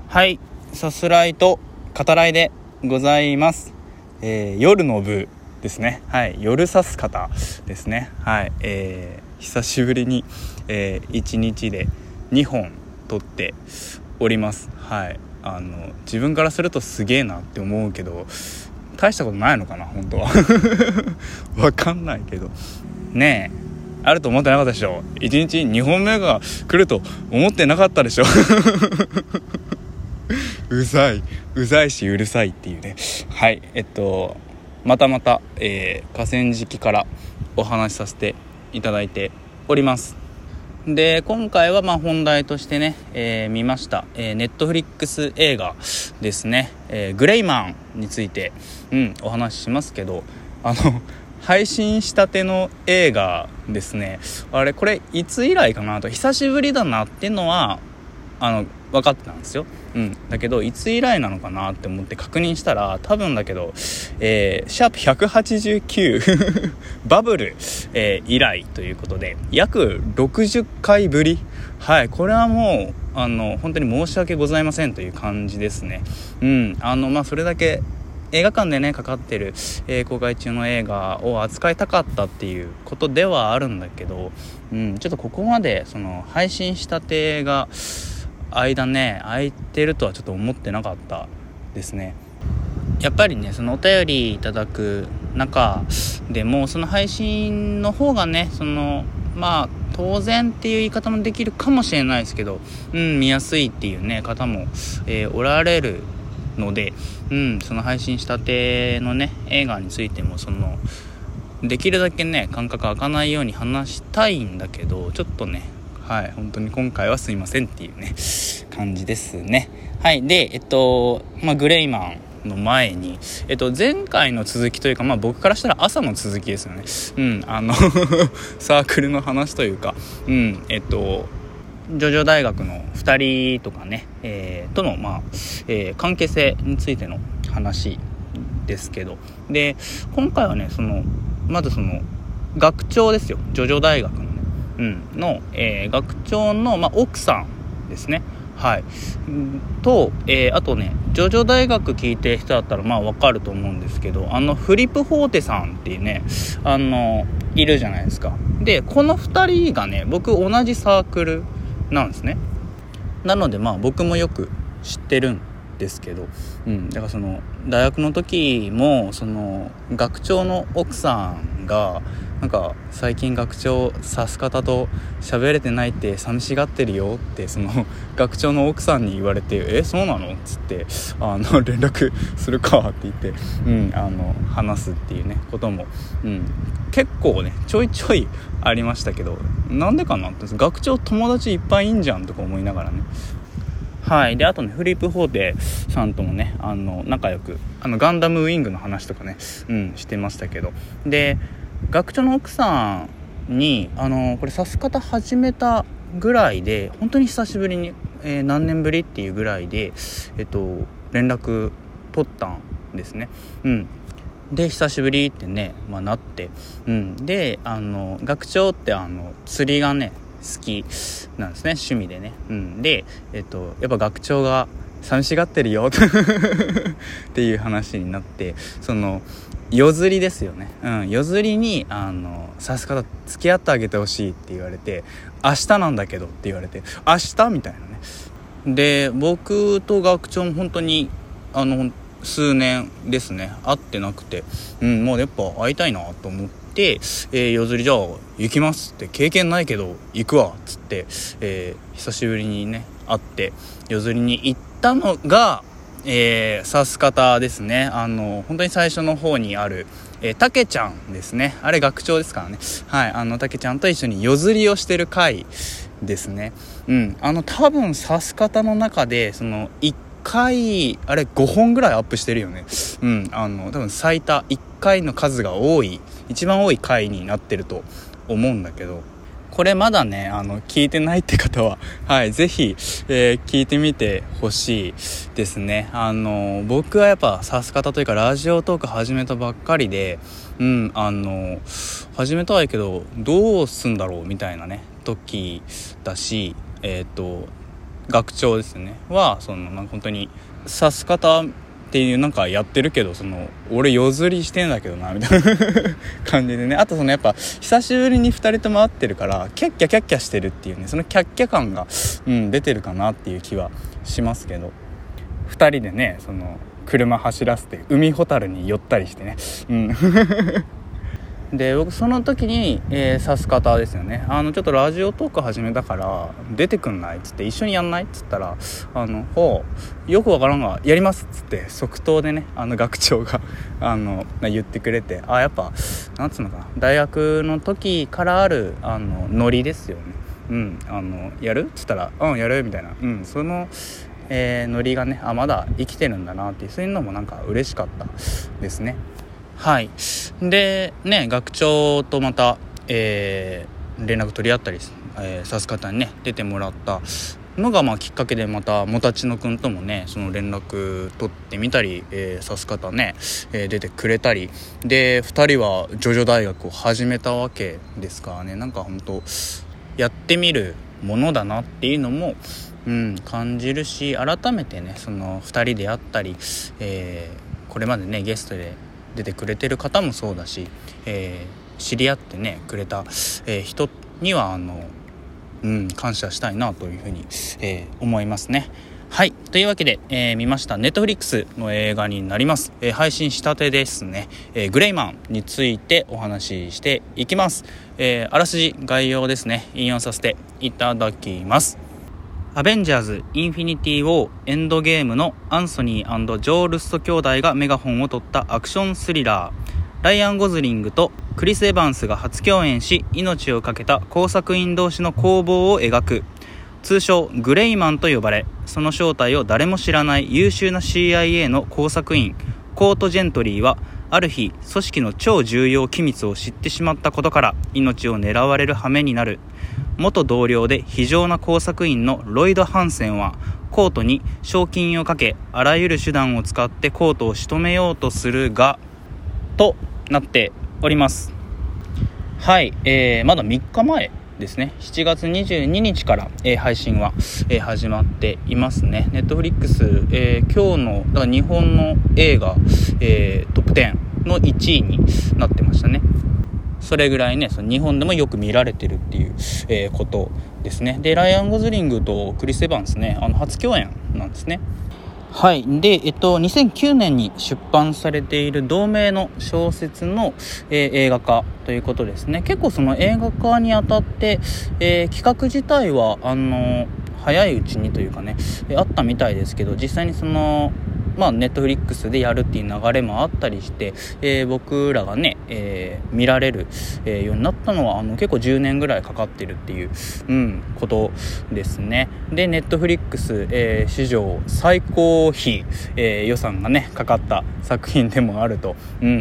はい、さすらいと語らいでございます。夜の部ですね。はい、夜さす方ですね。はい、久しぶりに、1日で2本撮っております。はい、自分からするとすげえなって思うけど、大したことないのかな本当はわかんないけどねえ、あると思ってなかったでしょ。1日2本目が来ると思ってなかったでしょうざいしうるさいっていうね。はい、また、河川敷からお話しさせていただいております。で、今回は本題としてね、見ました、ネットフリックス映画ですね、グレイマンについて、お話ししますけど、配信したての映画ですね。これいつ以来かなと、久しぶりだなっていうのは分かってたんですよ。だけどいつ以来なのかなって思って確認したら、多分だけど、シャープ189バブル、以来ということで、約60回ぶり。はい、これはもう本当に申し訳ございませんという感じですね。それだけ映画館でねかかってる、公開中の映画を扱いたかったっていうことではあるんだけど、ちょっとここまでその配信したてが間ね空いてるとはちょっと思ってなかったですね。やっぱりね、そのお便りいただく中でも、その配信の方がね、当然っていう言い方もできるかもしれないですけど、見やすいっていうね方も、おられるので、その配信したてのね映画についてもできるだけね間隔空かないように話したいんだけど、ちょっとね、はい本当に今回はすいませんっていうね感じですね。はい。でグレイマンの前に前回の続きというか、僕からしたら朝の続きですよね。サークルの話というか、ジョジョ大学の2人とかね、との関係性についての話ですけど、で今回はねまず学長ですよ。ジョジョ大学のね、学長の奥さんですね。はいと、あとねジョジョ大学聞いてる人だったら分かると思うんですけど、フリップ・ホーテさんっていうねいるじゃないですか。でこの2人がね、僕同じサークルなんですね。なので僕もよく知ってるんですけど、だから大学の時も学長の奥さんが最近学長さす方と喋れてないって寂しがってるよって学長の奥さんに言われて、そうなのっつって連絡するかって言って、話すっていうねことも、結構ねちょいちょいありましたけど、なんでかなって、学長友達いっぱいいんじゃんとか思いながらね。はい。であとねフリップ・ホーテさんともね仲良くガンダムウィングの話とかね、してましたけど、で学長の奥さんにこれさす方始めたぐらいで、本当に久しぶりに、何年ぶりっていうぐらいで連絡取ったんですね。で久しぶりってね、なって、で学長って釣りがね好きなんですね、趣味でね。でやっぱ学長が寂しがってるよっていう話になって、夜釣りですよね。夜釣りにさす方付き合ってあげてほしいって言われて、明日なんだけどって言われて、明日みたいなね。で僕と学長も本当に数年ですね会ってなくて、もうやっぱ会いたいなと思って、夜釣りじゃあ行きますって、経験ないけど行くわっつって、久しぶりにね会って夜釣りに行ったのがさす方ですね。本当に最初の方にあるたけちゃんですね。あれ学長ですからね。はい、たけちゃんと一緒に夜釣りをしてる回ですね。多分さす方の中で1回あれ5本ぐらいアップしてるよね。多分最多1回の数が一番多い回になってると思うんだけど、これまだね聞いてないって方は、ぜひ、聞いてみてほしいですね。僕はやっぱさす方というかラジオトーク始めたばっかりで、始めたはいいけどどうすんだろうみたいなね時だし、 学長ですねはなんか本当に指す方っていうなんかやってるけど俺夜釣りしてんだけどなみたいな感じでね。あとやっぱ久しぶりに2人とも会ってるからキャッキャキャッキャしてるっていうね、そのキャッキャ感が、出てるかなっていう気はしますけど、2人でね車走らせて海ほたるに寄ったりしてね、で僕その時に、指す方ですよね。ちょっとラジオトーク始めたから出てくんないっつって、一緒にやんないっつったらよくわからんがやりますっつって即答でね学長が言ってくれて、やっぱなんつうのかな、大学の時からあるノリですよね。やるっつったらやるみたいな、そのノリがねまだ生きてるんだなっていう、そういうのもなんか嬉しかったですね。はい。でね、学長とまた、連絡取り合ったり指す方にね出てもらったのがきっかけで、またもたちのくんともねその連絡取ってみたり、指す方ね、出てくれたりで、2人はジョジョ大学を始めたわけですからね。なんか本当やってみるものだなっていうのも感じるし、改めてねその2人であったり、これまでねゲストで出てくれてる方もそうだし、知り合ってねくれた、人には感謝したいなというふうに、思いますね。はい。というわけで、見ましたネットフリックスの映画になります、配信したてですね、グレイマンについてお話ししていきます。あらすじ概要ですね、引用させていただきます。アベンジャーズインフィニティ・ウォーエンドゲームのアンソニー&ジョー・ルスト兄弟がメガホンを取ったアクションスリラー。ライアン・ゴズリングとクリス・エヴァンスが初共演し、命を懸けた工作員同士の攻防を描く。通称グレイマンと呼ばれ、その正体を誰も知らない優秀な CIA の工作員コート・ジェントリーは、ある日組織の超重要機密を知ってしまったことから命を狙われる羽目になる。元同僚で非常な工作員のロイド・ハンセンはコートに賞金をかけ、あらゆる手段を使ってコートを仕留めようとするがとなっております。はい、まだ3日前ですね。7月22日から、配信は、始まっていますね。ネットフリックス、今日のだから日本の映画、トップ10の1位になってましたね。それぐらいね日本でもよく見られてるっていう、ことですね。でライアン・ゴズリングとクリス・エヴァンスね初共演なんですね。はい。で2009年に出版されている同名の小説の、映画化ということですね。結構その映画化にあたって、企画自体は早いうちにというかね、あったみたいですけど、実際にネットフリックスでやるっていう流れもあったりして、僕らがね、見られる、ようになったのは結構10年ぐらいかかってるっていう、ことですね。でネットフリックス、史上最高費、予算がねかかった作品でもあると。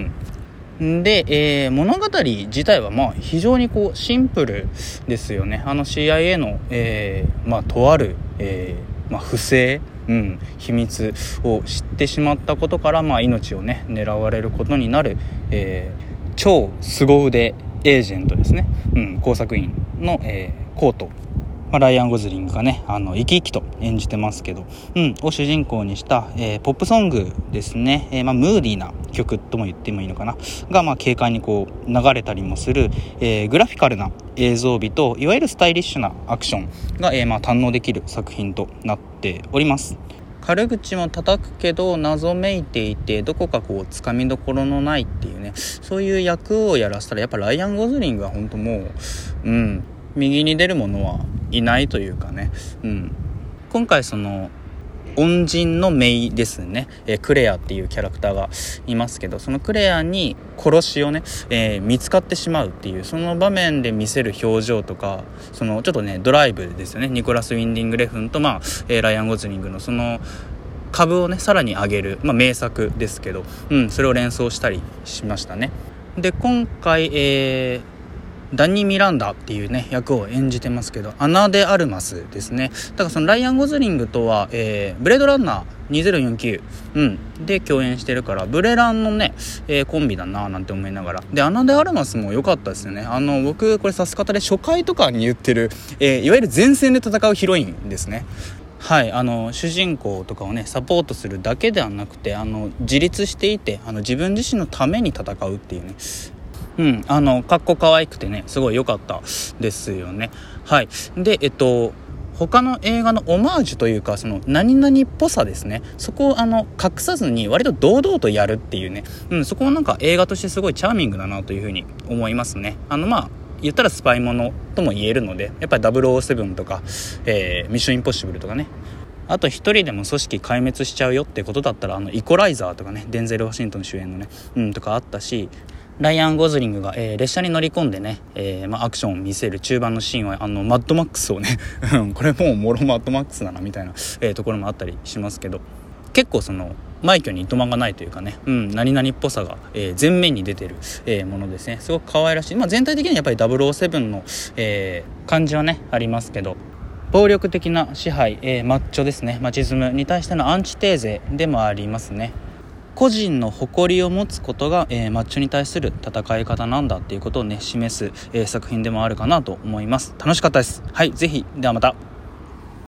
で、物語自体は非常にシンプルですよね。CIA の、とある、不正秘密を知ってしまったことから、命をね狙われることになる、超凄腕エージェントですね、工作員の、コート、ライアン・ゴズリングがね生き生きと演じてますけど、を主人公にした、ポップソングですね、ムーディーな曲とも言ってもいいのかなが、軽快に流れたりもする、グラフィカルな映像美といわゆるスタイリッシュなアクションが、堪能できる作品となっております。軽口も叩くけど謎めいていて、どこかつかみどころのないっていうね、そういう役をやらせたらやっぱライアン・ゴズリングは本当もう右に出る者はいないというかね、今回恩人のメイですね、クレアっていうキャラクターがいますけど、そのクレアに殺しをね、見つかってしまうっていう、その場面で見せる表情とか、ちょっとねドライブですよね。ニコラス・ウィンディング・レフンとライアン・ゴズリングのその株をねさらに上げる、名作ですけど、それを連想したりしましたね。で今回、ダニー・ミランダっていうね役を演じてますけど、アナ・デ・アルマスですね。だからそのライアン・ゴズリングとは、ブレードランナー2049、で共演してるから、ブレランのね、コンビだななんて思いながら、でアナ・デ・アルマスも良かったですよね。僕これ指す方で初回とかに言ってる、いわゆる前線で戦うヒロインですね。 はい、主人公とかをねサポートするだけではなくて自立していて自分自身のために戦うっていうね、かっこ可愛くてねすごい良かったですよね。はい。で他の映画のオマージュというかその何々っぽさですね、そこを隠さずに割と堂々とやるっていうね、そこはなんか映画としてすごいチャーミングだなというふうに思いますね。言ったらスパイものとも言えるので、やっぱり007とか、ミッションインポッシブルとかね、あと一人でも組織壊滅しちゃうよってことだったらイコライザーとかね、デンゼル・ワシントン主演のね、とかあったし、ライアン・ゴズリングが、列車に乗り込んでね、アクションを見せる中盤のシーンはマッドマックスをねこれもうもろマッドマックスだなみたいな、ところもあったりしますけど、結構その枚挙にいとまがないというかね、何々っぽさが、前面に出てる、ものですね。すごく可愛らしい、全体的にやっぱり007の、感じはねありますけど、暴力的な支配、マッチョですね、マチズムに対してのアンチテーゼでもありますね。個人の誇りを持つことが、マッチョに対する戦い方なんだっていうことをね示す、作品でもあるかなと思います。楽しかったです。はい、ぜひではまた。